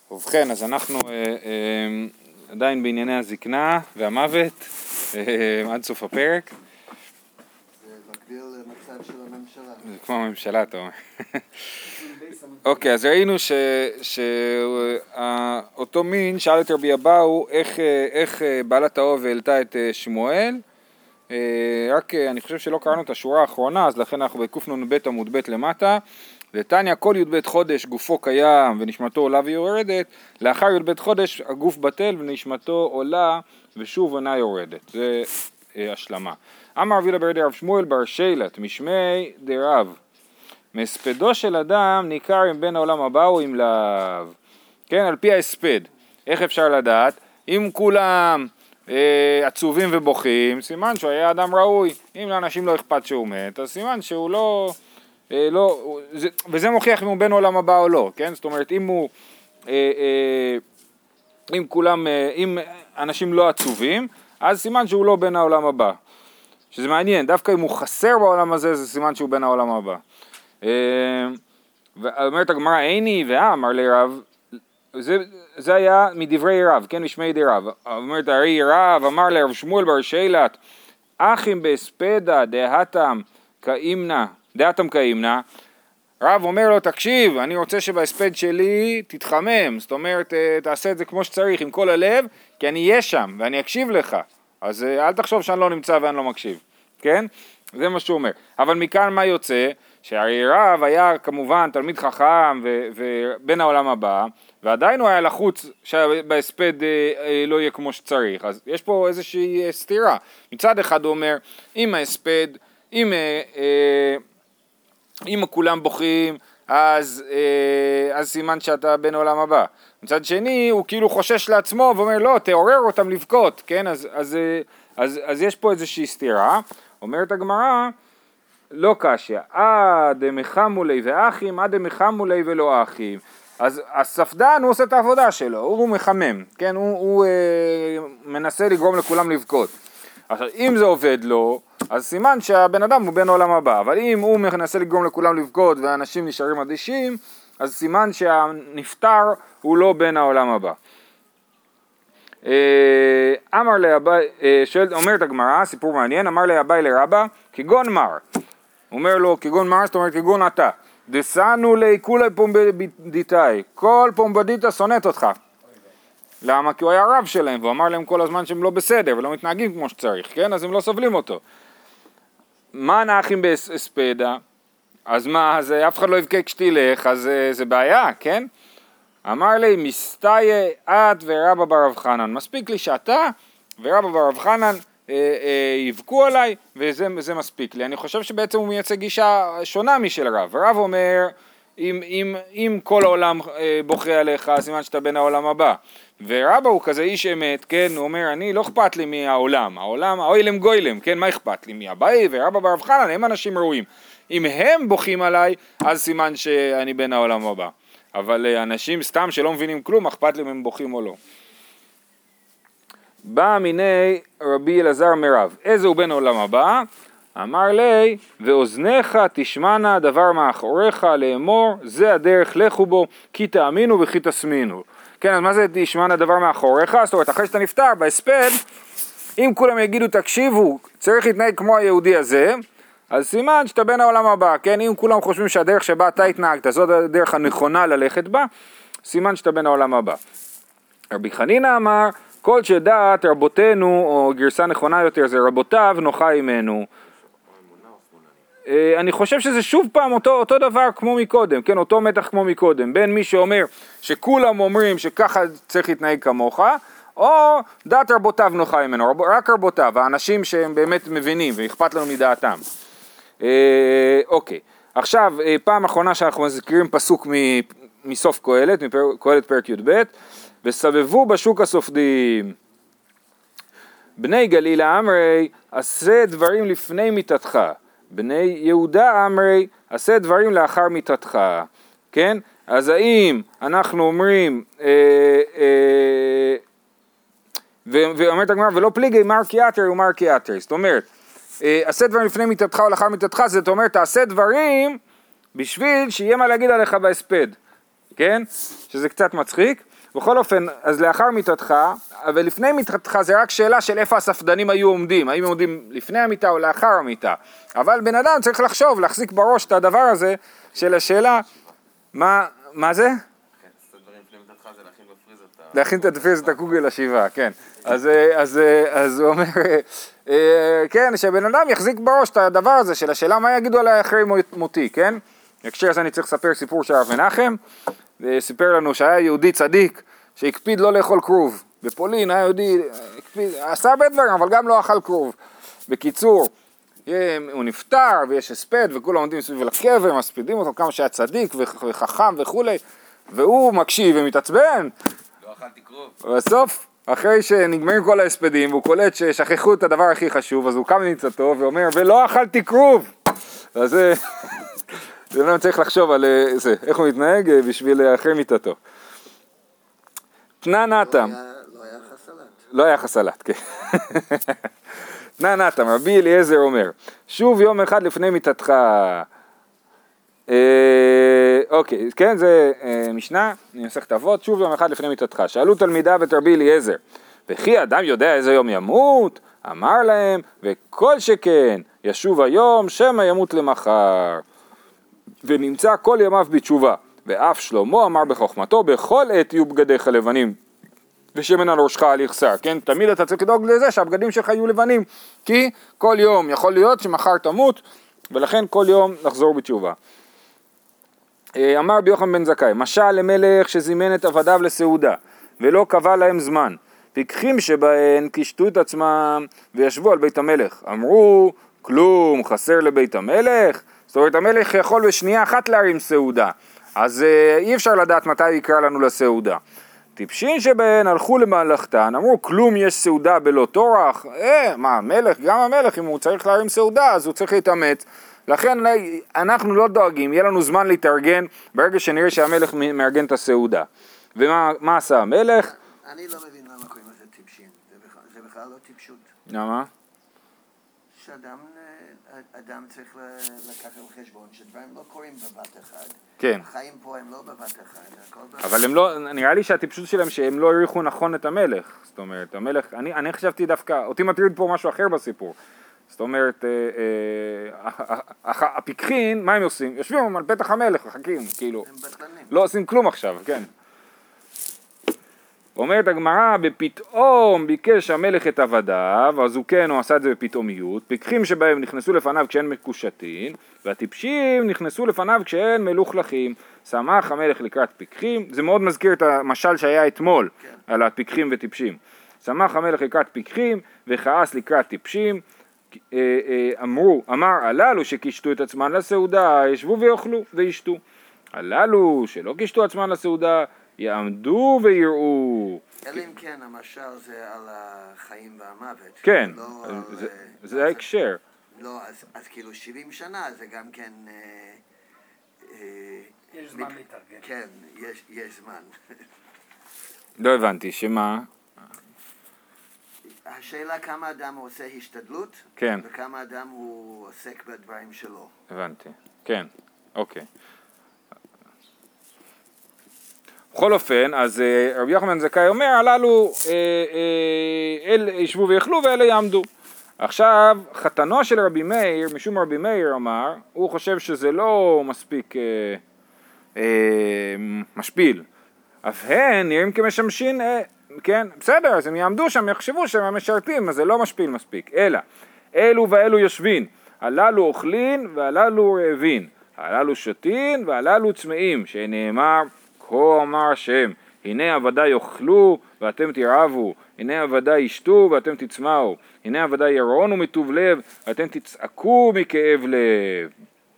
ובכן, אז אנחנו עדיין בענייני הזקנה והמוות עד סוף הפרק. זה מקביל למצב של הממשלה. זה כמו הממשלה, אתה אומר. אוקיי, אז ראינו שאותו מין שאל את רבי אבאו איך בעלת האוב העלתה את שמואל. רק אני חושב שלא קראנו את השורה האחרונה, אז לכן אנחנו בקנ"ב עמוד ב' למטה. ותניא כל י"ב חודש גופו קיים ונשמתו עולה ויורדת, לאחר י"ב חודש הגוף בטל ונשמתו עולה ושוב אינה יורדת. זה השלמה. אמר רבי אלעזר דרב שמואל בר שילת משמי דרב, מספדו של אדם ניכר אם בין העולם הבא או אם לאו. כן, על פי ההספד. איך אפשר לדעת? אם כולם עצובים ובוכים, סימן שהוא היה אדם ראוי. אם לאנשים לא אכפת שהוא מת, אז סימן שהוא לא, וזה מוכיח אם הוא בין עולם הבא או לא, כן? זאת אומרת, אם אנשים לא עצובים, אז סימן שהוא לא בין העולם הבא. שזה מעניין, דווקא אם הוא חסר בעולם הזה, זה סימן שהוא בין העולם הבא. ואומרת הגמרא, איני ואמר לרב, זה היה מדברי רב, כן, משמי דרב. אומרת, הרי רב אמר לרב שמואל בר שילת, אחים בהספדה דהתם קאימנה, רב אומר לו, תקשיב, אני רוצה שבהספד שלי תתחמם, זאת אומרת, תעשה את זה כמו שצריך, עם כל הלב, כי אני אהיה שם, ואני אקשיב לך, אז אל תחשוב שאני לא נמצא ואני לא מקשיב, כן? זה מה שהוא אומר. אבל מכאן מה יוצא? שהרי רב היה כמובן תלמיד חכם ובין העולם הבא, ועדיין הוא היה לחוץ שבהספד לא יהיה כמו שצריך, אז יש פה איזושהי סתירה. מצד אחד הוא אומר, אם ההספד, אם כולם בוכים, אז סימן שאתה בין העולם הבא. מצד שני, הוא כאילו חושש לעצמו ואומר, לא, תעורר אותם לבכות, כן? אז יש פה איזושהי סתירה. אומרת הגמרא, לא קשיא, דמחמו לי ואחים, דמחמו לי ולא אחים. אז הספדן הוא עושה את העבודה שלו, הוא מחמם, כן? הוא מנסה לגרום לכולם לבכות. עכשיו, אם זה עובד לו, אז סימן שהבן אדם הוא בין העולם הבא, אבל אם הוא מנסה לגרום לכולם לבכות ואנשים נשארים אדישים, אז סימן שהנפטר הוא לא בין העולם הבא. אמר לאביי, אומרת הגמרא, סיפור מעניין, אמר לאביי לרבא, כגון מר. אומר לו, כגון מר, זאת אומרת, כגון אתה. דסנו לי כולי פומבדיתאי, כל פומבדיתא שונאת אותך. למה? כי הוא היה רב שלהם, והוא אמר להם כל הזמן שהם לא בסדר, ולא מתנהגים כמו שצריך, כן? אז הם לא סובלים אותו. מה נחים בהספדה? אז מה, אז אף אחד לא יבכה כשתלך, אז זה בעיה, כן? אמר לי, מסתיה את ורבא בר רב חנן. מספיק לי שאתה ורבא בר רב חנן יבכו עליי, וזה מספיק לי. אני חושב שבעצם הוא מייצג גישה שונה משל רב. רב אומר, אם כל העולם בוכה עליך, סימן שאתה בין העולם הבא. ורבא הוא כזה איש אמת, כן? הוא אומר, אני לא אכפת לי מהעולם. העולם, אוילם גוילם, כן? מה אכפת לי? מאביי ורבא בר רב חנן, הם אנשים ראויים. אם הם בוכים עליי, אז סימן שאני בין העולם הבא. אבל אנשים סתם שלא מבינים כלום, אכפת לי אם הם בוכים או לא. בא מיני רבי אלעזר מרב, איזה הוא בין העולם הבא? אמר לי, ואוזניך תשמענה דבר מאחוריך לאמור, זה הדרך לכו בו, כי תאמינו וכי תסמינו. כן, אז מה זה תשמענה דבר מאחוריך? זאת אומרת, אחרי שאתה נפטר, בהספד, אם כולם יגידו, תקשיבו, צריך להתנהג כמו היהודי הזה, אז סימן שאתה בין העולם הבא, כן? אם כולם חושבים שהדרך שבה אתה התנהגת, זאת הדרך הנכונה ללכת בה, סימן שאתה בין העולם הבא. רבי חנינא אמר, כל שדעת רבותינו, או גרסה נכונה יותר, זה רבותיו נוחה עמנו. אני חושב שזה שוב פעם אותו דבר כמו מקודם, כן? אותו מתח כמו מקודם, בין מי שאומר שכולם אומרים שככה צריך להתנהג כמוך, או דעת רבותיו נוחה ממנו, רק רבותיו, האנשים שהם באמת מבינים ואכפת לנו מדעתם. אוקיי, עכשיו פעם אחרונה שאנחנו מזכירים פסוק מסוף קהלת, קהלת פרק י"ב, וסבבו בשוק הסופדים. בני גלילה אמרי, עשה דברים לפני מיתתך. בני יהודה אמרי, עשה דברים לאחר מיתתך. כן? אז האם אנחנו אומרים, ואומרת הגמרא, ולא פליגי מר קיאטרי ומר קיאטרי. זאת אומרת, עשה דברים לפני מיתתך או לאחר מיתתך, זאת אומרת, תעשה דברים בשביל שיהיה מה להגיד עליך בהספד. כן? שזה קצת מצחיק. בכל אופן, אז לאחר מיטתך, ולפני מיטתך זה רק שאלה של איפה הספדנים היו עומדים, האם הם עומדים לפני המיטה או לאחר המיטה. אבל בן אדם צריך לחשוב, להחזיק בראש את הדבר הזה של השאלה, מה זה? להכין את הדפריז את הקוגל לשבעה, כן. אז הוא אומר, כן, שבן אדם יחזיק בראש את הדבר הזה של השאלה מה יגידו עליי אחרי מותי, כן? בהקשר הזה אני צריך לספר סיפור של הרב מנחם, סיפר לנו שהיה יהודי צדיק שהקפיד לא לאכול כרוב. בפולין היה יהודי, עשה הרבה דברים, אבל גם לא אכל כרוב. בקיצור, הוא נפטר ויש הספד וכולם עומדים סביב לקבר, מספידים אותו כמה שהיה צדיק וחכם וכולי, והוא מקשיב ומתעצבן. לא אכלתי כרוב. בסוף, אחרי שנגמרים כל ההספדים, והוא קולט ששכחו את הדבר הכי חשוב, אז הוא קם מניצתו ואומר, ולא אכלתי כרוב. אז זה לא צריך לחשוב על זה, איך הוא מתנהג בשביל אחרי מיטתו. תנא נתם. לא היה חסלת. לא היה חסלת, כן. תנא נתם, רבי אליעזר אומר, שוב יום אחד לפני מיטתך. אוקיי, כן, זה משנה, אני אנסח את אבות, שוב יום אחד לפני מיטתך. שאלו תלמידיו את רבי אליעזר, וכי אדם יודע איזה יום ימות? אמר להם, וכל שכן ישוב היום שמא ימות למחר. ונמצא כל ימיו בתשובה. ואף שלמה אמר בחוכמתו, בכל עת יהיו בגדיך לבנים, ושמן על ראשך אל יחסר, כן? תמיד אתה צריך לדאוג לזה שהבגדים שלך יהיו לבנים, כי כל יום יכול להיות שמחר תמות, ולכן כל יום לחזור בתשובה. אמר רבי יוחנן בן זכאי, משל למלך שזימן את עבדיו לסעודה, ולא קבע להם זמן, פיקחים שבהן קישטו את עצמם וישבו על בית המלך. אמרו, כלום, חסר לבית המלך? זאת אומרת, המלך יכול בשנייה אחת להרים סעודה, אז אי אפשר לדעת מתי יקרא לנו לסעודה. טיפשים שבהן הלכו למלאכתן, אמרו, כלום יש סעודה בלא טורח? מה, המלך, גם המלך, אם הוא צריך להרים סעודה, אז הוא צריך להתאמץ. לכן אנחנו לא דואגים, יהיה לנו זמן להתארגן ברגע שנראה שהמלך מארגן את הסעודה. ומה עשה המלך? אני לא מבין למה קוראים לזה טיפשים, זה בכלל לא טיפשות. למה? שאדם צריך לקחת בחשבון שדברים לא קורים בבת אחד. כן. החיים פה הם לא בבת אחד. אבל הם לא, נראה לי שהטיפשות שלהם שהם לא העריכו נכון את המלך. זאת אומרת, המלך, אני חשבתי דווקא, אותי מטריד פה משהו אחר בסיפור. זאת אומרת, הפיקחים, מה הם עושים? יושבים על פתח המלך, מחכים, כאילו. הם בטלנים. לא עושים כלום עכשיו, כן. אומרת הגמרא, בפתאום ביקש המלך את עבדיו, אז הוא כן, הוא עשה את זה בפתאומיות, פיקחים שבהם נכנסו לפניו כשהן מקושטין, והטיפשים נכנסו לפניו כשהן מלוכלכים. שמח המלך לקראת פיקחים, זה מאוד מזכיר את המשל שהיה אתמול, כן. על הפיקחים וטיפשים. שמח המלך לקראת פיקחים, וכעס לקראת טיפשים, אמר הללו שקישטו את עצמן לסעודה, ישבו ויאכלו וישתו. הללו שלא קישטו עצמן לסעודה, יעמדו ויראו. אלא אם כן, המשל זה על החיים והמוות. כן, לא זה ההקשר. לא, אז כאילו 70 שנה זה גם כן... יש זמן להתארגן. כן, יש זמן. לא הבנתי, שמה? השאלה כמה אדם עושה השתדלות, כן. וכמה אדם הוא עוסק בדברים שלו. הבנתי, כן, אוקיי. בכל אופן, אז רבי יוחנן בן זכאי אומר, הללו אל ישבו ויאכלו ואלה יעמדו. עכשיו, חתנו של רבי מאיר, משום רבי מאיר אמר, הוא חושב שזה לא מספיק משפיל. אף הן נראים כמשמשין, כן, בסדר, אז הם יעמדו שם, יחשבו שהם משרתים, אז זה לא משפיל מספיק. אלא, אלו ואלו יושבין, הללו אוכלין והללו רעבין, הללו שותין והללו צמאים, שנאמר, כה אמר השם, הנה עבדי יאכלו ואתם תרעבו, הנה עבדי ישתו ואתם תצמאו, הנה עבדי ירעונו מטוב לב ואתם תצעקו מכאב לב.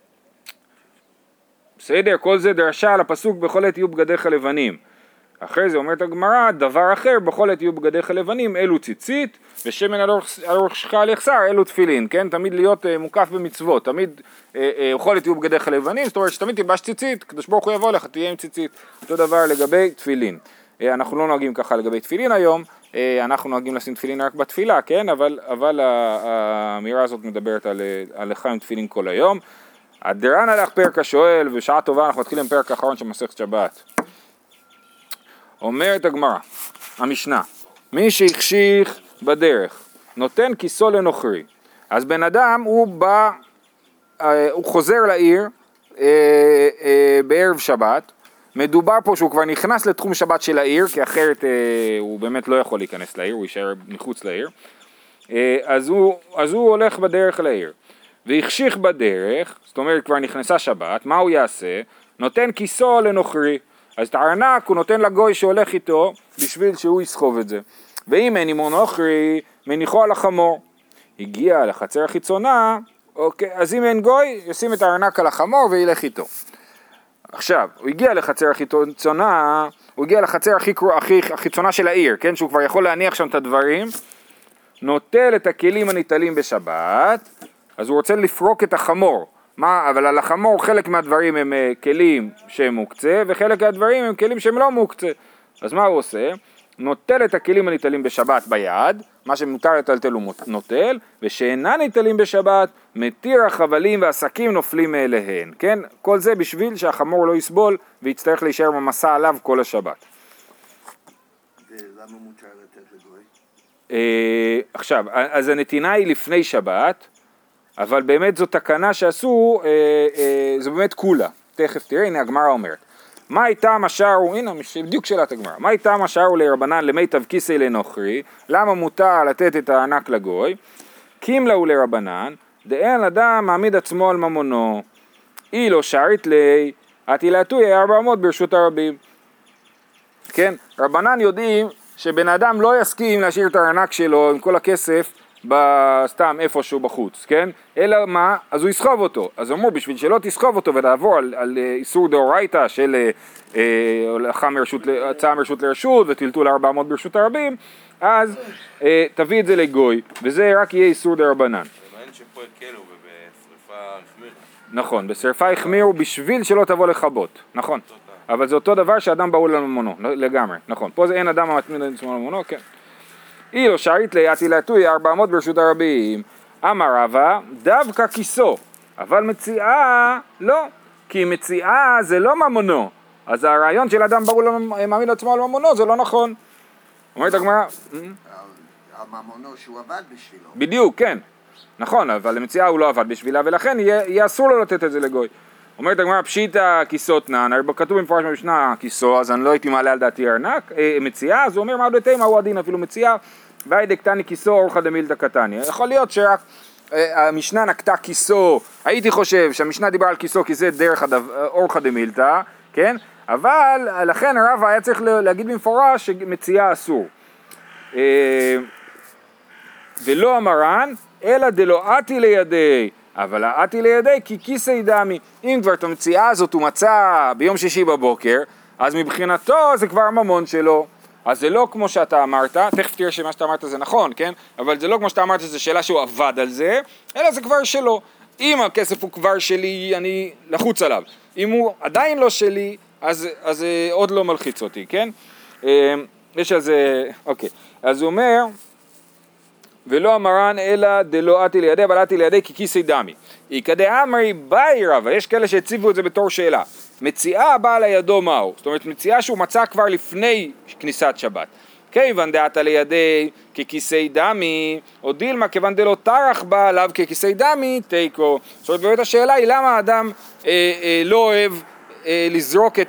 בסדר, כל זה דרשה על הפסוק בכל עת יהיו בגדיך לבנים. אחרי זה אומרת הגמרא, דבר אחר, בכל עת יהיו בגדיך לבנים, אלו ציצית, ושמן על ראשך אל יחסר, אלו תפילין, כן? תמיד להיות מוקף במצוות, תמיד בכל עת יהיו בגדיך לבנים, זאת אומרת שתמיד תלבש ציצית, הקדוש ברוך הוא יבוא לך, תהיה עם ציצית. אותו דבר לגבי תפילין. אנחנו לא נוהגים ככה לגבי תפילין היום, אנחנו נוהגים לשים תפילין רק בתפילה, כן? אבל האמירה הזאת מדברת על לך עם תפילין כל היום. הדרן הלך פרק השואל, ושעה טובה אנחנו מתחילים פרק האחרון של מסכת שבת. אומרת הגמרא, המשנה, מי שהחשיך בדרך, נותן כיסו לנוכרי. אז בן אדם הוא בא, הוא חוזר לעיר בערב שבת, מדובר פה שהוא כבר נכנס לתחום שבת של העיר, כי אחרת הוא באמת לא יכול להיכנס לעיר, הוא יישאר מחוץ לעיר. אז הוא הולך בדרך לעיר, והחשיך בדרך, זאת אומרת כבר נכנסה שבת, מה הוא יעשה? נותן כיסו לנוכרי. אז את הארנק הוא נותן לגוי שהולך איתו, בשביל שהוא יסחוב את זה. ואם אין עמו נוכרי, מניחו על החמור. הגיע לחצר החיצונה, אוקיי, אז אם אין גוי, ישים את הארנק על החמור וילך איתו. עכשיו, הוא הגיע לחצר החיצונה, הוא הגיע לחצר החיצונה של העיר, כן? שהוא כבר יכול להניח שם את הדברים, נוטל את הכלים הניטלים בשבת, אז הוא רוצה לפרוק את החמור. אבל על החמור חלק מהדברים הם כלים שהם מוקצה, וחלק מהדברים הם כלים שהם לא מוקצה. אז מה הוא עושה? נוטל את הכלים הניטלים בשבת ביד, מה שמותר לטלטל הוא נוטל, ושאינם ניטלים בשבת, מתיר החבלים והשקים נופלים מאליהן, כן? כל זה בשביל שהחמור לא יסבול ויצטרך להישאר במסע עליו כל השבת. ולמה מותר לתת לגוי? עכשיו, אז הנתינה היא לפני שבת, אבל באמת זו תקנה שעשו, זו באמת כולה. תכף תראה, הנה הגמרא אומרת. מה הייתה משארו, הנה בדיוק שאלת הגמרא, מה הייתה משארו לרבנן למיטב כיסי לנוכרי, למה מותר לתת את הענק לגוי? קים להו לרבנן, דאין אדם מעמיד עצמו על ממונו, אילו שרית לי, התילתוי 400 ברשות הרבים. כן, רבנן יודעים שבן אדם לא יסכים להשאיר את הענק שלו עם כל הכסף, סתם איפשהו בחוץ, כן? אלא מה? אז הוא יסחוב אותו. אז אמרו, בשביל שלא תסחוב אותו ולעבור על איסור דאורייתא של הצעה מרשות לרשות וטלטול 400 ברשות הרבים, אז תביא את זה לגוי, וזה רק יהיה איסור דרבנן. מעניין שפה הקלו ובשריפה החמירו. נכון, בשריפה החמירו בשביל שלא תבוא לכבות, נכון. אבל זה אותו דבר שאדם באו לממונו, לגמרי, נכון. פה זה אין אדם המתמיד עצמו לממונו, כן. אילו שרית לי התילתוי 400 ברשות הרבים, אמר רבא דווקא כיסו, אבל מציאה לא, כי מציאה זה לא ממונו, אז הרעיון של אדם ברור מעמיד עצמו על ממונו זה לא נכון. אומרת הגמרא, על ממונו שהוא עבד בשבילו. בדיוק, כן, נכון, אבל למציאה הוא לא עבד בשבילה ולכן יהיה אסור לו לתת את זה לגוי. אומרת הגמרא פשיטא כיסות נען, הרי כתוב במפורש במשנה כיסו, אז אני לא הייתי מעלה על דעתי ארנק, מציאה, אז הוא אומר מה דתימה הוא הדין אפילו מציאה, והי דקטני כיסו אורחא דמילתא קטני. יכול להיות שרק המשנה נקטה כיסו, הייתי חושב שהמשנה דיבר על כיסו כי זה דרך אורחא דמילתא, כן? אבל לכן הרב היה צריך להגיד במפורש שמציאה אסור. ולא אמרן, אלא דלא אתי לידי, אבל האתי לידי כי כיסי דמי. אם כבר את המציאה הזאת הוא מצא ביום שישי בבוקר, אז מבחינתו זה כבר ממון שלו. אז זה לא כמו שאתה אמרת, תכף תראה שמה שאתה אמרת זה נכון, כן? אבל זה לא כמו שאתה אמרת, זה שאלה שהוא עבד על זה, אלא זה כבר שלו. אם הכסף הוא כבר שלי, אני לחוץ עליו. אם הוא עדיין לא שלי, אז עוד לא מלחיץ אותי, כן? יש על זה, אוקיי. אז הוא אומר, ולא אמרן אלא דלא אתי לידי, אבל אתי לידי כי כיסי דמי. יקדי אמרי באי רבא, יש כאלה שהציבו את זה בתור שאלה. מציאה באה לידו מהו? זאת אומרת, מציאה שהוא מצא כבר לפני כניסת שבת. כיוון דעתה לידי ככיסי דמי, או דילמה כיוון דלא טרח בה עליו ככיסי דמי, תיקו. זאת אומרת, באמת השאלה היא למה האדם לא אוהב לזרוק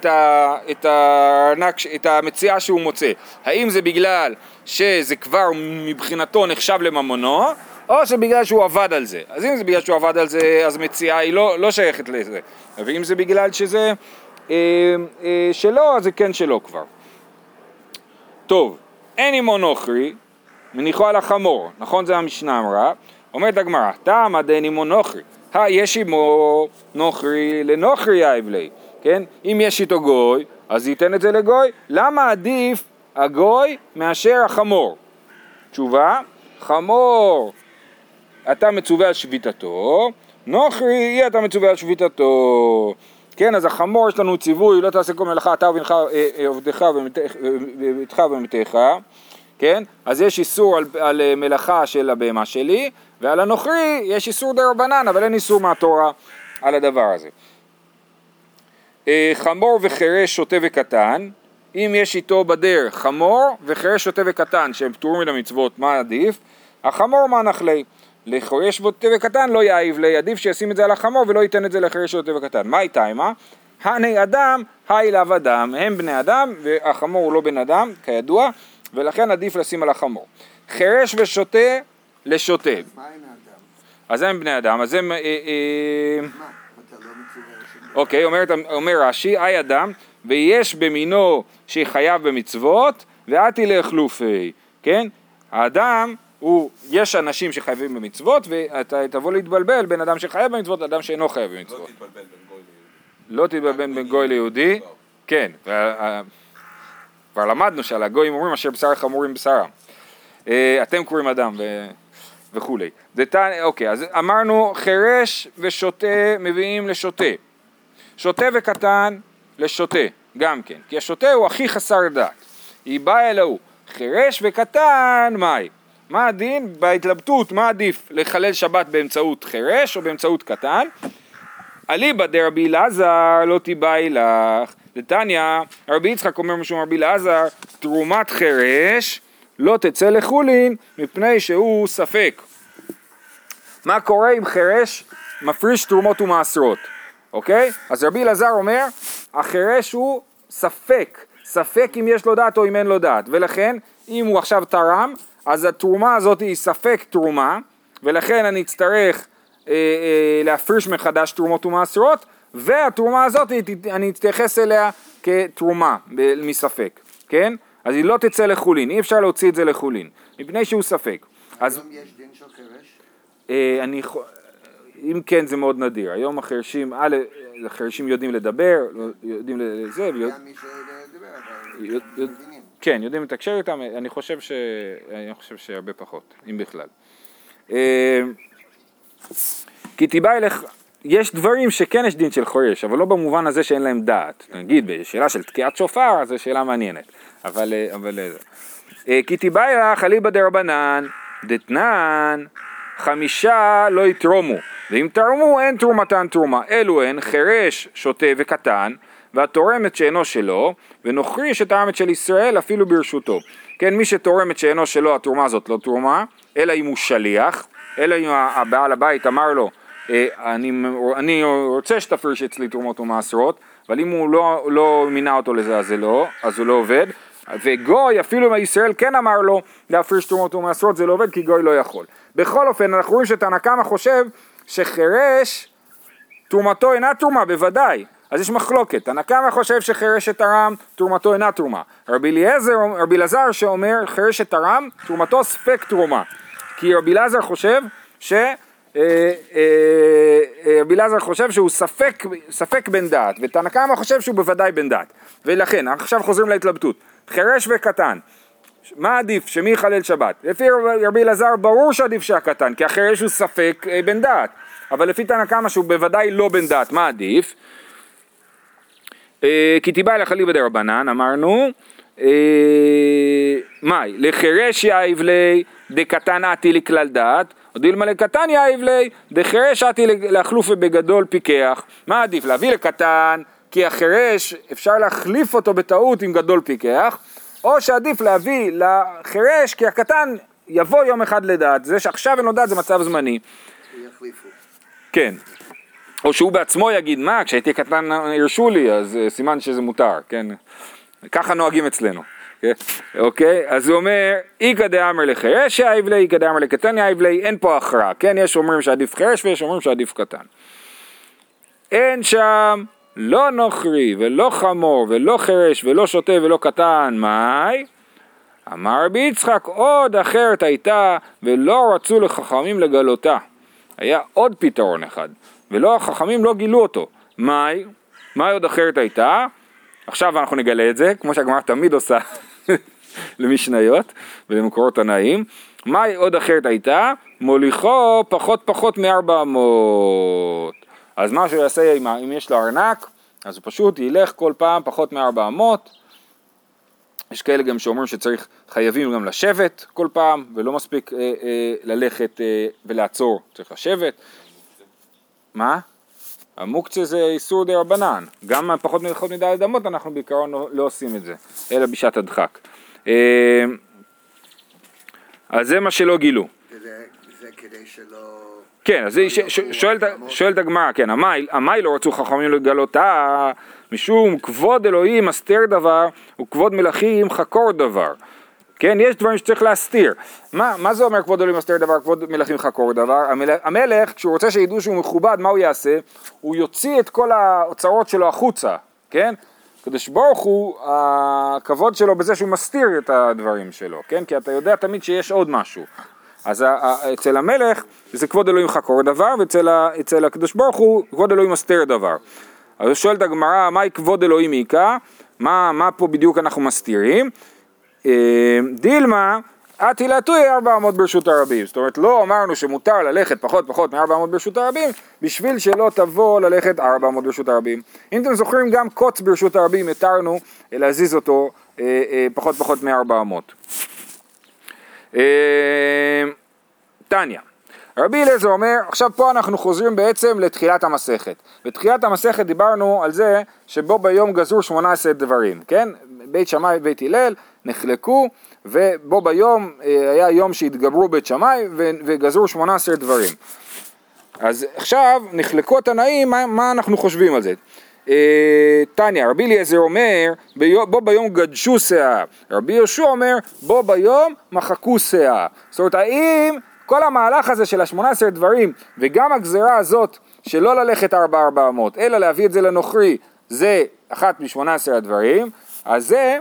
את המציאה שהוא מוצא. האם זה בגלל שזה כבר מבחינתו נחשב לממונו, או שבגלל שהוא עבד על זה. אז אם זה בגלל שהוא עבד על זה, אז מציאה היא לא שייכת לזה. ואם זה בגלל שזה שלו, אז זה כן שלו כבר. טוב, אין עמו נוכרי, מניחו על החמור, נכון זה המשנה אמרה, אומרת הגמרא, תמה דאין עמו נוכרי, יש עמו נוכרי לנוכרי יאיב לי, כן? אם יש איתו גוי, אז ייתן את זה לגוי, למה עדיף הגוי מאשר החמור? תשובה, חמור, אתה מצווה על שביתתו, נוכרי, אתה מצווה על שביתתו. כן, אז החמור יש לנו ציווי, לא תעשה כל מלאכה, אתה ועובדך וביתך ובמתך, כן? אז יש איסור על מלאכה של הבהמה שלי, ועל הנוכרי יש איסור דרבנן, אבל אין איסור מהתורה על הדבר הזה. חמור וחירש שוטה וקטן, אם יש איתו בדרך חמור וחירש שוטה וקטן שהם פטורים מן המצוות, מה עדיף? החמור מה נחלי? לחירש שוטה וקטן לא יעיב לי, עדיף שישים את זה על החמור ולא ייתן את זה לחירש שוטה וקטן. מה איתה עמה? הני אדם, היי לאו אדם, הם בני אדם והחמור הוא לא בן אדם כידוע, ולכן עדיף לשים על החמור. חירש ושוטה לשוטה. מה אין האדם? אז הם בני אדם, אז הם... מה? אתה לא מצווה שם. אוקיי, אומר רש"י, אי אדם, ויש במינו שחייב במצוות, ואתי לחלופי, כן? האדם, יש אנשים שחייבים במצוות, ואתה תבוא להתבלבל בין אדם שחייב במצוות לאדם שאינו חייב במצוות. לא תתבלבל בין גוי ליהודי. לא תתבלבל בין גוי ליהודי, כן, כבר למדנו שעל הגויים אומרים אשר בשר חמורים בשרם. אתם קוראים אדם וכולי. אוקיי, אז אמרנו חירש ושוטה מביאים לשוטה. שוטה וקטן לשוטה, גם כן. כי השוטה הוא הכי חסר דעת. היא באה אלוהו. חירש וקטן, מהי? מה הדין? בהתלבטות, מה עדיף? לחלל שבת באמצעות חירש או באמצעות קטן? אליבא דרבי אלעזר לא תיבאי לך. דתניא, רבי יצחק אומר משום רבי אלעזר, תרומת חירש לא תצא לחולין מפני שהוא ספק. מה קורה אם חירש מפריש תרומות ומעשרות? אוקיי? אז רבי אלעזר אומר, החירש הוא ספק. ספק אם יש לו דעת או אם אין לו דעת. ולכן, אם הוא עכשיו תרם, אז התרומה הזאת היא ספק תרומה, ולכן אני אצטרך להפריש מחדש תרומות ומעשרות, והתרומה הזאת אני אתייחס אליה כתרומה מספק, כן? אז היא לא תצא לחולין, אי אפשר להוציא את זה לחולין, מפני שהוא ספק. אז היום יש דין של חירש? אם כן זה מאוד נדיר, היום החרשים יודעים לדבר, יודעים לזה, גם מי שדיבר, אבל מבינים. כן, יודעים לתקשר איתם, אני חושב שהרבה פחות, אם בכלל. כי תיבאי לך, יש דברים שכן יש דין של חירש, אבל לא במובן הזה שאין להם דעת. נגיד, בשאלה של תקיעת שופר, זו שאלה מעניינת. אבל כי תיבאי לך, אליבא דרבנן, דתנן, 5 לא יתרומו, ואם תרמו אין תרומתן תרומה, אלו הן חירש, שוטה וקטן, והתורמת שאינו שלו, ונוכריש את האמת של ישראל אפילו ברשותו. כן, מי שתורמת שאינו שלו, התרומה הזאת לא תרומה, אלא אם הוא שליח, אלא אם הבעל הבית אמר לו, אני רוצה שתפריש אצלי תרומות ומעשרות, אבל אם הוא לא מינה אותו לזה, אז הוא לא עובד. וגוי, אפילו אם ישראל כן אמר לו להפריש תרומות ומעשרות, זה לא עובד כי גוי לא יכול. בכל אופן, אנחנו רואים שתנא קמא חושב שחירש, תרומתו אינה תרומה, בוודאי. אז יש מחלוקת. תנא קמא חושב שחירש שתרם, תרומתו אינה תרומה. רבי אלעזר שאומר, חירש שתרם, תרומתו ספק תרומה. כי רבי אלעזר חושב שהוא ספק בן דעת, ותנא קמא חושב שהוא בוודאי בן דעת. ולכן, עכשיו חוזרים להתלבטות. חירש וקטן, מה עדיף? שמי יחלל שבת? לפי רבי אלעזר ברור שעדיף שהקטן, כי החירש הוא ספק בן דעת. אבל לפי תנא קמא שהוא בוודאי לא בן דעת, מה עדיף? כי תיבאי לך אליבא דרבנן, אמרנו, מאי? לחירש יאיב לי דקטן עתי לכלל דעת, או דילמה לקטן יאיב לי דחירש עתי להחלוף בגדול פיקח. מה עדיף? להביא לקטן, כי החירש אפשר להחליף אותו בטעות עם גדול פיקח, או שעדיף להביא לחירש כי הקטן יבוא יום אחד לדעת. זה שעכשיו אין לו דעת זה מצב זמני. יחליפו. כן. או שהוא בעצמו יגיד, מה, כשהייתי קטן הרשו לי, אז סימן שזה מותר, כן? ככה נוהגים אצלנו. אוקיי? אז הוא אומר, איכא דאמר לחירש יאיב לי, איכא דאמר לקטן יאיב לי, אין פה הכרעה, כן? יש אומרים שעדיף חירש ויש אומרים שעדיף קטן. אין שם לא נוכרי ולא חמור ולא חירש ולא שוטה ולא קטן, מאי? אמר רבי יצחק, עוד אחרת הייתה ולא רצו לחכמים לגלותה. היה עוד פתרון אחד, ולא החכמים לא גילו אותו. מאי? מאי עוד אחרת הייתה? עכשיו אנחנו נגלה את זה, כמו שהגמרא תמיד עושה למשניות ולמקורות תנאים. מאי עוד אחרת הייתה? מוליכו פחות מ-400. אז מה שהוא יעשה אם יש לו ארנק, אז הוא פשוט ילך כל פעם פחות מ-400. יש כאלה גם שאומרים שצריך, חייבים גם לשבת כל פעם, ולא מספיק ללכת ולעצור, צריך לשבת. מה? המוקצה זה איסור די רבנן, גם פחות מלכות מדי אדמות אנחנו בעיקרון לא עושים את זה, אלא בשעת הדחק. אז זה מה שלא גילו. זה כדי שלא... כן, אז שואלת הגמרא, כן, המי לא רצו חכמים לגלותה, משום כבוד אלוהים מסתיר דבר, וכבוד מלכים חקור דבר. כן, יש דברים שצריך להסתיר. מה זה אומר כבוד אלוהים מסתיר דבר, כבוד מלכים חקור דבר? המלך, כשהוא רוצה שידעו שהוא מכובד, מה הוא יעשה? הוא יוציא את כל האוצרות שלו החוצה, כן? קדוש ברוך הוא, הכבוד שלו בזה שהוא מסתיר את הדברים שלו, כן? כי אתה יודע תמיד שיש עוד משהו. אז אצל המלך זה כבוד אלוהים חקור דבר, ואצל הקדוש ברוך הוא כבוד אלוהים מסתיר דבר. אז שואלת הגמרא, מהי כבוד אלוהים עיקה? מה פה בדיוק אנחנו מסתירים? דילמה, עתילתוי 400 ברשות הרבים. זאת אומרת, לא אמרנו שמותר ללכת פחות מ-400 ברשות הרבים, בשביל שלא תבוא ללכת 400 ברשות הרבים. אם אתם זוכרים, גם קוץ ברשות הרבים התרנו להזיז אותו פחות מ-400. תניא, רבי אליעזר אומר, עכשיו פה אנחנו חוזרים בעצם לתחילת המסכת. בתחילת המסכת דיברנו על זה שבו ביום גזרו 18 דברים, כן? בית שמאי ובית הלל נחלקו, ובו ביום היה יום שהתגברו בית שמאי וגזרו 18 דברים. אז עכשיו נחלקו התנאים, מה אנחנו חושבים על זה? תניא, רבי אליעזר אומר, בו ביום גדשו שאה, רבי יהושע אומר, בו ביום מחקו שאה. זאת אומרת, האם כל המהלך הזה של ה-18 דברים, וגם הגזרה הזאת שלא ללכת 400, אלא להביא את זה לנוכרי, זה אחת מ-18 הדברים, אז זה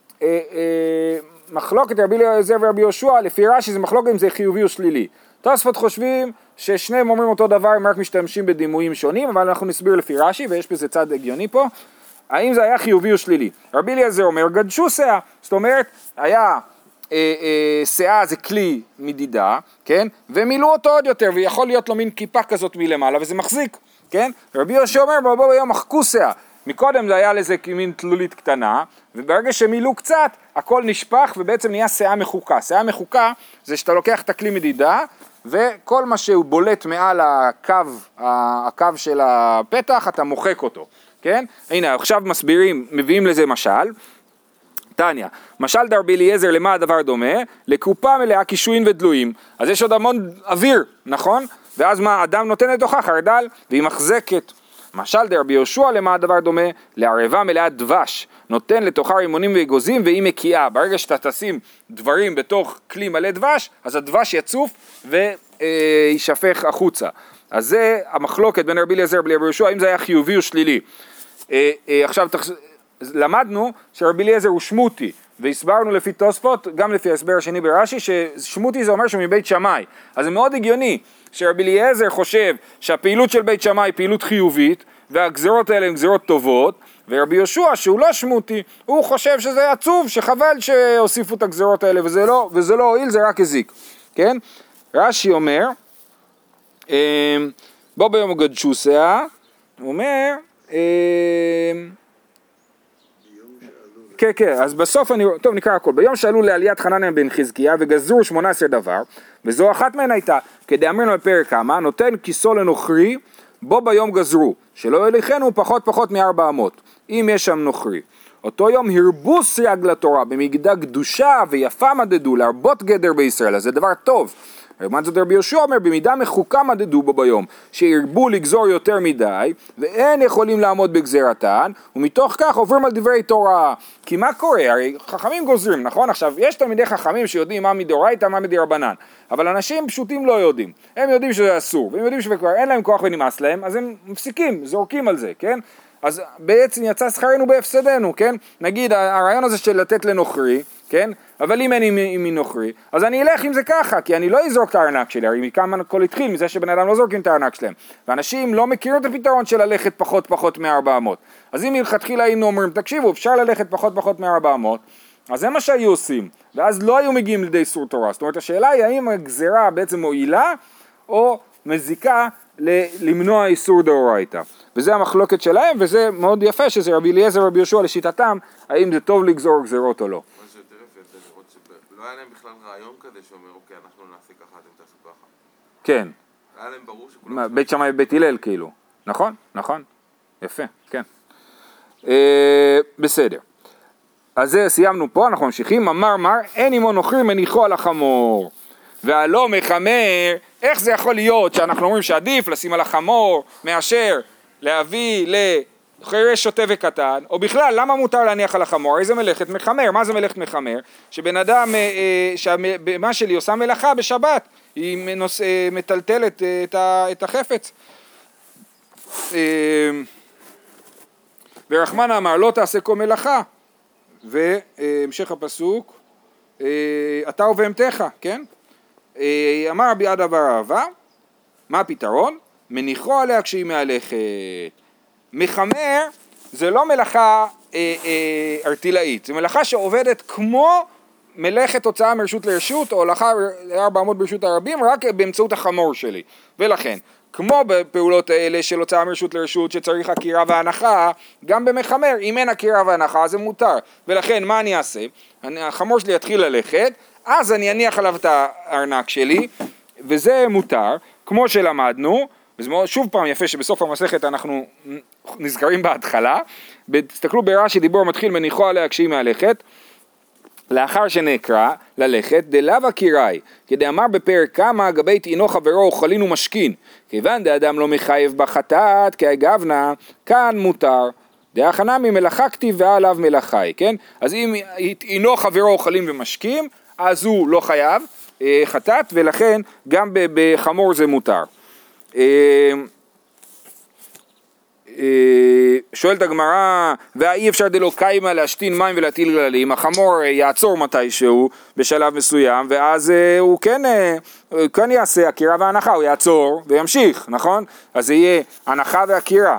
מחלוקת רבי אליעזר ורבי יהושע, לפי רש"י זה מחלוקת אם זה חיובי או שלילי. תוספות חושבים ששניהם אומרים אותו דבר, הם רק משתמשים בדימויים שונים, אבל אנחנו נסביר לפי רש"י, ויש בזה צד הגיוני פה, האם זה היה חיובי או שלילי. רבי אליעזר אומר, גדשו שאה, זאת אומרת, היה שאה זה כלי מדידה, כן? ומילאו אותו עוד יותר, ויכול להיות לו מין כיפה כזאת מלמעלה, וזה מחזיק, כן? רבי יהושע אומר, בו ביום מחקו שאה, מקודם זה היה לזה מין תלולית קטנה, וברגע שמילאו קצת, הכל נשפך ובעצם נהיה שאה מחוקה. שאה מחוקה זה שאתה לוקח את הכלי מדידה, וכל מה שהוא בולט מעל הקו של הפתח, אתה מוחק אותו, כן? הנה, עכשיו מסבירים, מביאים לזה משל. תניא, משל דרבי אליעזר למה הדבר דומה? לקופה מלאה קישואין ודלויים. אז יש עוד המון אוויר, נכון? ואז מה, אדם נותן לתוכה חרדל, והיא מחזקת. משל דרבי יהושע למה הדבר דומה? לערבה מלאה דבש, נותן לתוכה רימונים ואגוזים והיא מקיאה. ברגע שאתה תשים דברים בתוך כלי מלא דבש, אז הדבש יצוף וישפך החוצה. אז זה המחלוקת בין רבי אליעזר לרבי יהושע, אם זה היה חיובי או שלילי. עכשיו למדנו שרבי אליעזר הוא שמותי, והסברנו לפי תוספות, גם לפי ההסבר השני ברש"י, ששמותי זה אומר שהוא מבית שמאי. אז זה מאוד הגיוני שרבי אליעזר חושב שהפעילות של בית שמאי היא פעילות חיובית, והגזרות האלה הן גזרות טובות, ורבי יהושע שהוא לא שמותי, הוא חושב שזה עצוב, שחבל שהוסיפו את הגזרות האלה, וזה לא הועיל, זה רק הזיק. כן? רש"י אומר, בו ביום גדשו שאה, הוא אומר, כן, אז בסוף טוב נקרא הכל, ביום שעלו לעליית חנניה בן חזקיה וגזרו 18 דבר, וזו אחת מהן הייתה, כדאמרנו בפרק כמה, נותן כיסו לנוכרי, בו ביום גזרו, שלא יליכנו פחות מ-400, אם יש שם נוכרי. אותו יום הרבו סייג לתורה, במגדה קדושה ויפה מדדו, להרבות גדר בישראל, אז זה דבר טוב. לעומת זאת רבי יהושע אומר, במידה מחוקה מדדו בו ביום, שהרבו לגזור יותר מדי, ואין יכולים לעמוד בגזרתן, ומתוך כך עוברים על דברי תורה. כי מה קורה? הרי חכמים גוזרים, נכון? עכשיו, יש תלמידי חכמים שיודעים מה מדאורייתא, מה מדרבנן, אבל אנשים פשוטים לא יודעים. הם יודעים שזה אסור, והם יודעים שכבר אין להם כוח ונמאס להם, אז הם מפסיקים, זורקים על זה, כן? אז בעצם יצא שכרנו בהפסדנו, כן? נגיד, הרעיון הזה של לתת לנוכרי, כן? אבל אם אין עם נוכרי, אז אני אלך עם זה ככה, כי אני לא אזרוק את הארנק שלי, הרי מכמה הכל התחיל מזה שבן אדם לא זורקים את הארנק שלהם, ואנשים לא מכירים את הפתרון של ללכת פחות מ-400, אז אם מלכתחילה היינו אומרים, תקשיבו, אפשר ללכת פחות מ-400, אז זה מה שהיו עושים, ואז לא היו מגיעים לידי איסור תורה, זאת אומרת השאלה היא האם הגזרה בעצם מועילה, או מזיקה למנוע איסור דאורייתא, וזה המחלוקת שלהם, וזה מאוד יפה שזה רבי אליעזר ורבי יהושע לשיטתם, האם זה טוב לגזור גזרות או לא. לא היה להם בכלל רעיון כזה שאומר, אוקיי, אנחנו נעשה ככה, אתם תעשו ככה. כן. היה להם ברור שכולם... בית שמאי ובית הלל כאילו. נכון, נכון, יפה, כן. בסדר. אז זה סיימנו פה, אנחנו ממשיכים. אמר מר, אין עמו נוכרי מניחו על החמור. והלא מחמר, איך זה יכול להיות שאנחנו אומרים שעדיף לשים על החמור מאשר להביא לחירש שוטה וקטן, או בכלל, למה מותר להניח על החמור? איזה מלאכת מחמר? מה זה מלאכת מחמר? שבן אדם, שהבמה שלי עושה מלאכה בשבת, היא מטלטלת את החפץ. ורחמנה אמר, לא תעשה כל מלאכה. והמשך הפסוק, אתה ובהמתך, כן? אמר רבי עדה בר אהבה, מה הפתרון? מניחו עליה כשהיא מהלכת. מחמר זה לא מלאכה ארטילאית, זה מלאכה שעובדת כמו מלאכת הוצאה מרשות לרשות, או הולכה 400 ברשות הרבים, רק באמצעות החמור שלי. ולכן, כמו בפעולות האלה של הוצאה מרשות לרשות שצריך הקירה והנחה, גם במחמר, אם אין הקירה והנחה זה מותר. ולכן מה אני אעשה? החמור שלי יתחיל ללכת, אז אני אניח עליו את הארנק שלי, וזה מותר, כמו שלמדנו, וזה שוב פעם יפה שבסוף המסכת אנחנו נזכרים בהתחלה, תסתכלו ברש"י דיבור מתחיל מניחו עליה כשהיא מהלכת, לאחר שנקרא ללכת דלאו הקיראי, כדאמר בפרק כמה גבי תאינו חברו אוכלין ומשכין, כיוון דאדם לא מחייב בחטאת כהגבנה, כאן מותר. דאחנה ממלאכה כתיב ועליו מלאכי, כן? אז אם תאינו חברו אוכלים ומשקים, אז הוא לא חייב חטאת, ולכן גם בחמור זה מותר. שואלת הגמרא, והאי אפשר דלא קיימה להשתין מים ולהטיל גללים, החמור יעצור מתישהו בשלב מסוים, ואז הוא כן יעשה הקירה וההנחה, הוא יעצור וימשיך, נכון? אז זה יהיה הנחה והקירה.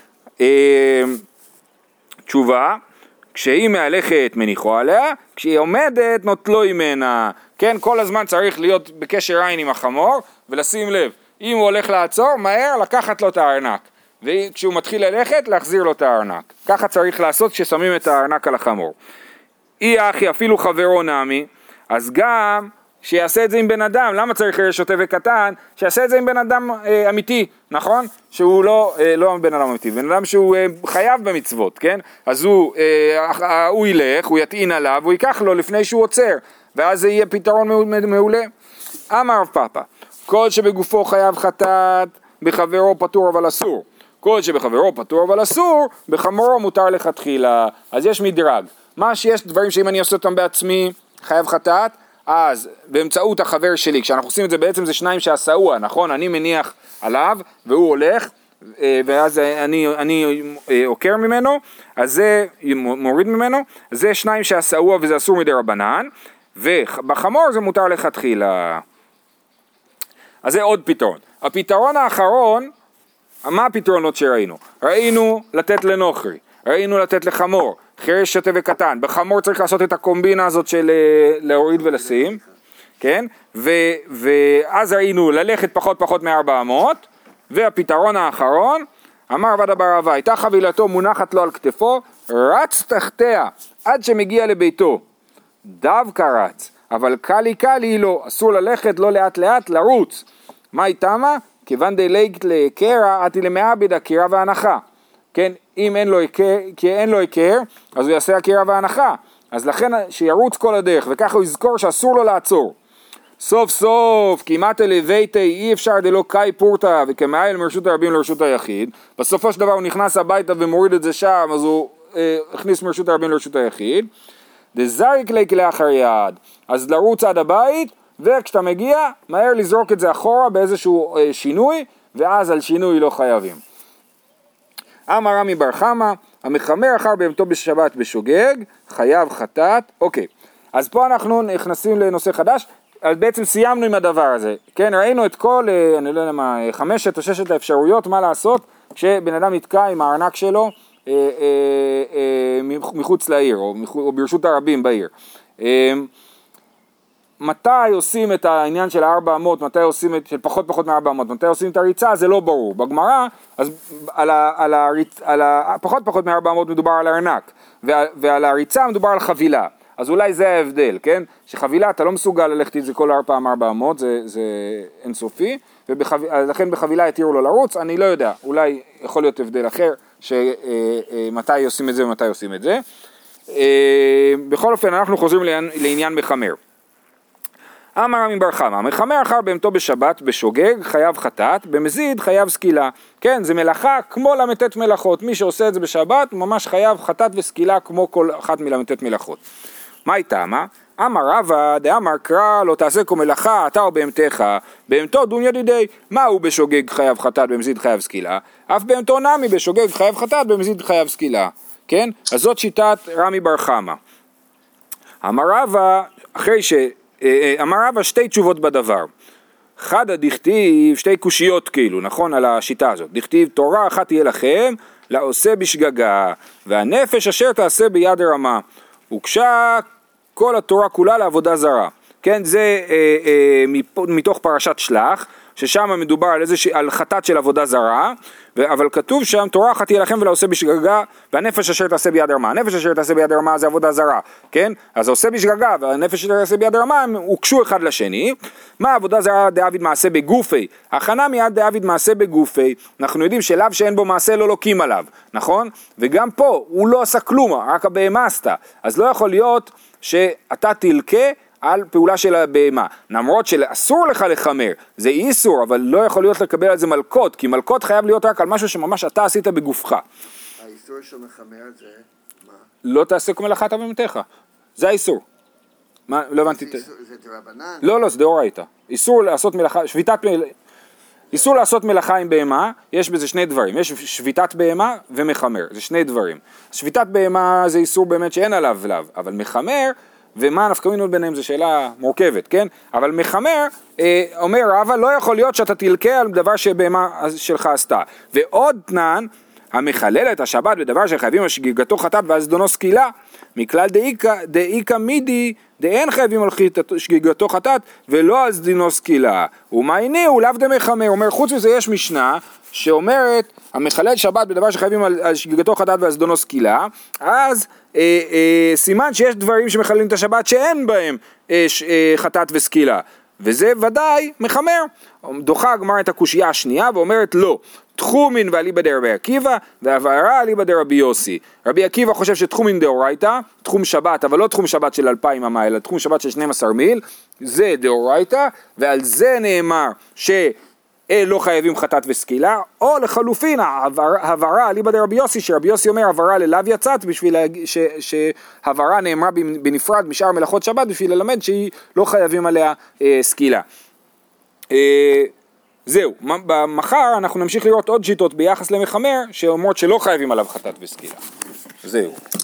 תשובה, כשהיא מהלכת מניחו עליה, כשהיא עומדת נוטלו ממנה, כן? כל הזמן צריך להיות בקשר עין עם החמור, ולשים לב, אם הוא הולך לעצור, מהר לקחת לו את הארנק. וכשהוא מתחיל ללכת, להחזיר לו את הארנק. ככה צריך לעשות כששמים את הארנק על החמור. אי אחי אפילו חברו נמי, אז גם שיעשה את זה עם בן אדם, למה צריך חירש שוטה וקטן? שיעשה את זה עם בן אדם אמיתי, נכון? שהוא לא בן אדם אמיתי, בן אדם שהוא חייב במצוות, כן? אז הוא ילך, הוא יטעין עליו, הוא ייקח לו לפני שהוא עוצר, ואז זה יהיה פתרון מעולה. אמר רב פאפא, כל שבגופו חייב חטאת, בחברו פטור אבל אסור. כל שבחברו פטור אבל אסור, בחמורו מותר לכתחילה. אז יש מדרג. מה שיש דברים שאם אני עושה אותם בעצמי, חייב חטאת, אז באמצעות החבר שלי, כשאנחנו עושים את זה בעצם זה שניים שעשאוה, נכון? אני מניח עליו והוא הולך, ואז אני עוקר ממנו, אז זה מוריד ממנו, אז זה שניים שעשאוה וזה אסור מדי רבנן, ובחמור זה מותר לכתחילה. אז זה עוד פתרון. הפתרון האחרון, מה הפתרונות שראינו? ראינו לתת לנוכרי, ראינו לתת לחמור, חירש שוטה וקטן. בחמור צריך לעשות את הקומבינה הזאת של להוריד ולשים, כן? ואז ראינו ללכת פחות מ-400, והפתרון האחרון, אמר רב עדה בר אהבה, הייתה חבילתו מונחת לו על כתפו, רץ תחתיה עד שמגיע לביתו. דווקא רץ, אבל קלי לא, אסור ללכת, לא לאט לאט, לרוץ. מה איתמה? כיוון דלגת לקרע, עתי למעבד הקירה וההנחה. כן, אם אין לו הכר, אז הוא יעשה הקירה וההנחה. אז לכן שירוץ כל הדרך, וככה הוא יזכור שאסור לו לעצור. סוף סוף, כמעט לביתי, אי אפשר דלא קאי פורטה, וכמעיל מרשות הרבים לרשות היחיד. בסופו של דבר הוא נכנס הביתה ומוריד את זה שם, אז הוא הכניס מרשות הרבים לרשות היחיד. דזריק לי כלאחר יד, אז לרוץ עד הבית, וכשאתה מגיע, מהר לזרוק את זה אחורה באיזשהו שינוי, ואז על שינוי לא חייבים. אמר רמי בר חמא, המחמר אחר בהמתו בשבת בשוגג, חייב חטאת. אוקיי, אז פה אנחנו נכנסים לנושא חדש, אז בעצם סיימנו עם הדבר הזה. כן, ראינו את כל, אני לא יודע מה, 5 או 6 האפשרויות, מה לעשות, כשבן אדם נתקע עם הארנק שלו מחוץ לעיר, או ברשות הרבים בעיר. מתי עושים את העניין של 400, מתי עושים את של פחות מ-400, מתי עושים את הריצה, זה לא ברור. בגמרא, אז פחות מ-400 מדובר על ארנק, ועל הריצה מדובר על חבילה. אז אולי זה ההבדל, כן? שחבילה אתה לא מסוגל ללכת את זה כל פעם 400, זה אינסופי, ולכן בחבילה התירו לו לרוץ, אני לא יודע, אולי יכול להיות הבדל אחר, שמתי עושים את זה ומתי עושים את זה. בכל אופן אנחנו חוזרים לעניין מחמר. אמר רמי בר חמא, מחמר אחר בהמתו בשבת, בשוגג חייב חטאת, במזיד חייב סקילה. כן, זה מלאכה כמו למתת מלאכות, מי שעושה את זה בשבת ממש חייב חטאת וסקילה כמו כל אחת מלמתת מלאכות. מה הייתה מה? אמר רבא דאמר קרא לא תעשה כמו מלאכה אתה או בהמתך, בהמתו דון ידידי, מה הוא בשוגג חייב חטאת במזיד חייב סקילה? אף בהמתו נמי בשוגג חייב חטאת במזיד חייב סקילה. כן? אז זאת שיטת רמי בר חמא. אמר רבא, אמר רבא שתי תשובות בדבר. חדא דכתיב, שתי קושיות כאילו, נכון? על השיטה הזאת. דכתיב תורה אחת תהיה לכם, לעושה בשגגה, והנפש אשר תעשה ביד רמה. הוקשה כל התורה כולה לעבודה זרה. כן, זה מתוך פרשת שלח, ששם מדובר על חטאת של עבודה זרה, אבל כתוב שם תורה אחת תהיה לכם ולעושה בשגגה, והנפש אשר תעשה ביד רמה. הנפש אשר תעשה ביד רמה זה עבודה זרה, כן? אז עושה בשגגה והנפש אשר תעשה ביד רמה הם הוקשו אחד לשני. מה עבודה זרה דאביד מעשה בגופי? הכנה מיד דאביד מעשה בגופי. אנחנו יודעים שלאו שאין בו מעשה לא לוקים עליו, נכון? וגם פה הוא לא עשה כלום, רק הבהמה עשתה. אז לא יכול להיות שאתה תלקה על פעולה של הבהמה, למרות שאסור לך לחמר, זה איסור, אבל לא יכול להיות לקבל על זה מלכות, כי מלכות חייב להיות רק על משהו שממש אתה עשית בגופך. האיסור של מחמר זה מה? לא תעשה כמו מלאכה אתה במתך, זה האיסור. מה, לא הבנתי. זה דרבנן? לא, זה דאורייתא. איסור לעשות מלאכה, איסור לעשות מלאכה עם בהמה, יש בזה שני דברים, יש שביתת בהמה ומחמר, זה שני דברים. שביתת בהמה זה איסור באמת שאין עליו לאו, אבל מחמר, ומה נפקא מינות ביניהם זו שאלה מורכבת, כן? אבל מחמר, אומר רבא, לא יכול להיות שאתה תלקה על דבר שבהמה שלך עשתה. ועוד תנן, המחלל את השבת בדבר שחייבים על שגיגתו חטאת ואז דונו סקילה, מכלל דאיקה מידי, דאין חייבים על שגיגתו חטאת ולא על דינו סקילה. ומה הנה, הוא לאו דמחמר. אומר, חוץ מזה יש משנה שאומרת, המחלל שבת בדבר שחייבים על שגיגתו חטאת ואז דונו סקילה, אז סימן שיש דברים שמחללים את השבת שאין בהם חטאת וסקילה, וזה ודאי מחמר. דוחה הגמרא את הקושייה השנייה ואומרת לא, תחומין ואליבא דרבי עקיבא והבהרה אליבא דרבי יוסי. רבי עקיבא חושב שתחומין דאורייתא, תחום שבת, אבל לא תחום שבת של 2,000 אמה, אלא תחום שבת של 12 מיל, זה דאורייתא, ועל זה נאמר לא חייבים חטאת וסקילה, או לחלופין, הבהרה אליבא דרבי יוסי, שרבי יוסי אומר הבהרה ללאו יצאת, בשביל שהבהרה נאמרה בנפרד משאר מלאכות שבת, בשביל ללמד שהיא לא חייבים עליה סקילה. זהו, במחר אנחנו נמשיך לראות עוד שיטות ביחס למחמר, שאומרות שלא חייבים עליו חטאת וסקילה. זהו.